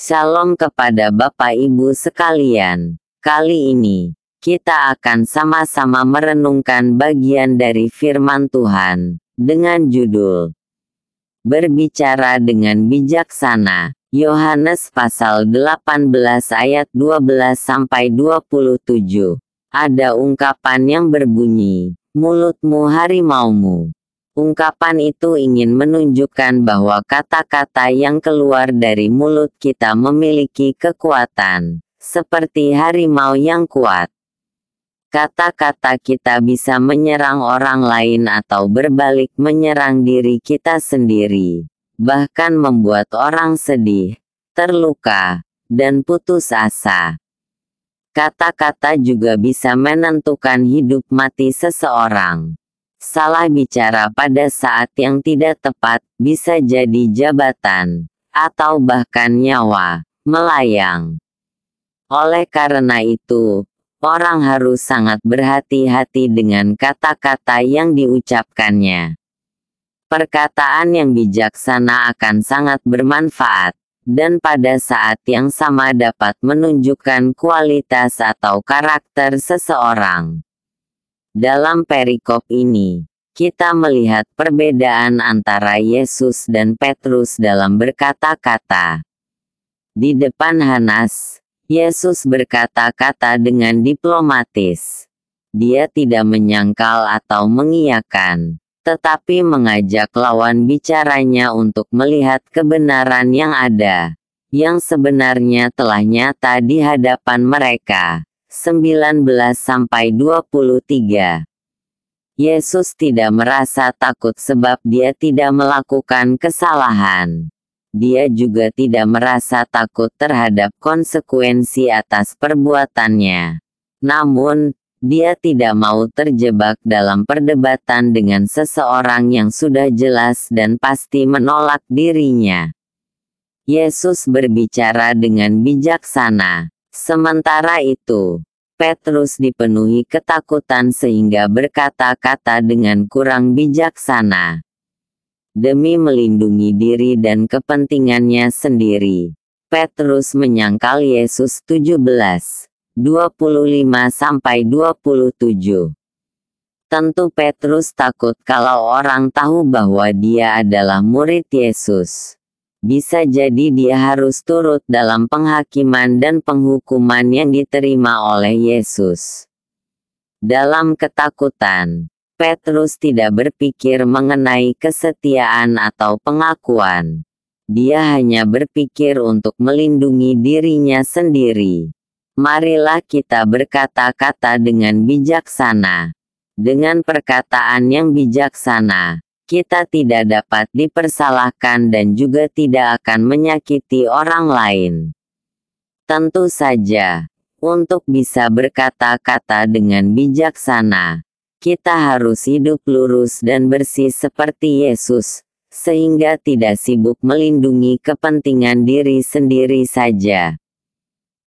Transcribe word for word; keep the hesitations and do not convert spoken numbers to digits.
Shalom kepada Bapak Ibu sekalian. Kali ini, kita akan sama-sama merenungkan bagian dari firman Tuhan, dengan judul Berbicara dengan Bijaksana. Yohanes pasal delapan belas ayat dua belas sampai dua puluh tujuh. Ada ungkapan yang berbunyi, mulutmu harimaumu. Ungkapan itu ingin menunjukkan bahwa kata-kata yang keluar dari mulut kita memiliki kekuatan, seperti harimau yang kuat. Kata-kata kita bisa menyerang orang lain atau berbalik menyerang diri kita sendiri, bahkan membuat orang sedih, terluka, dan putus asa. Kata-kata juga bisa menentukan hidup mati seseorang. Salah bicara pada saat yang tidak tepat bisa jadi jabatan, atau bahkan nyawa, melayang. Oleh karena itu, orang harus sangat berhati-hati dengan kata-kata yang diucapkannya. Perkataan yang bijaksana akan sangat bermanfaat, dan pada saat yang sama dapat menunjukkan kualitas atau karakter seseorang. Dalam perikop ini, kita melihat perbedaan antara Yesus dan Petrus dalam berkata-kata. Di depan Hanas, Yesus berkata-kata dengan diplomatis. Dia tidak menyangkal atau mengiyakan, tetapi mengajak lawan bicaranya untuk melihat kebenaran yang ada, yang sebenarnya telah nyata di hadapan mereka. sembilan belas sampai dua puluh tiga. Yesus tidak merasa takut sebab dia tidak melakukan kesalahan. Dia juga tidak merasa takut terhadap konsekuensi atas perbuatannya. Namun, dia tidak mau terjebak dalam perdebatan dengan seseorang yang sudah jelas dan pasti menolak dirinya. Yesus berbicara dengan bijaksana. Sementara itu, Petrus dipenuhi ketakutan sehingga berkata-kata dengan kurang bijaksana. Demi melindungi diri dan kepentingannya sendiri, Petrus menyangkal Yesus. tujuh belas, dua puluh lima sampai dua puluh tujuh. Tentu Petrus takut kalau orang tahu bahwa dia adalah murid Yesus. Bisa jadi dia harus turut dalam penghakiman dan penghukuman yang diterima oleh Yesus. Dalam ketakutan, Petrus tidak berpikir mengenai kesetiaan atau pengakuan. Dia hanya berpikir untuk melindungi dirinya sendiri. Marilah kita berkata-kata dengan bijaksana. Dengan perkataan yang bijaksana, kita tidak dapat dipersalahkan dan juga tidak akan menyakiti orang lain. Tentu saja, untuk bisa berkata-kata dengan bijaksana, kita harus hidup lurus dan bersih seperti Yesus, sehingga tidak sibuk melindungi kepentingan diri sendiri saja.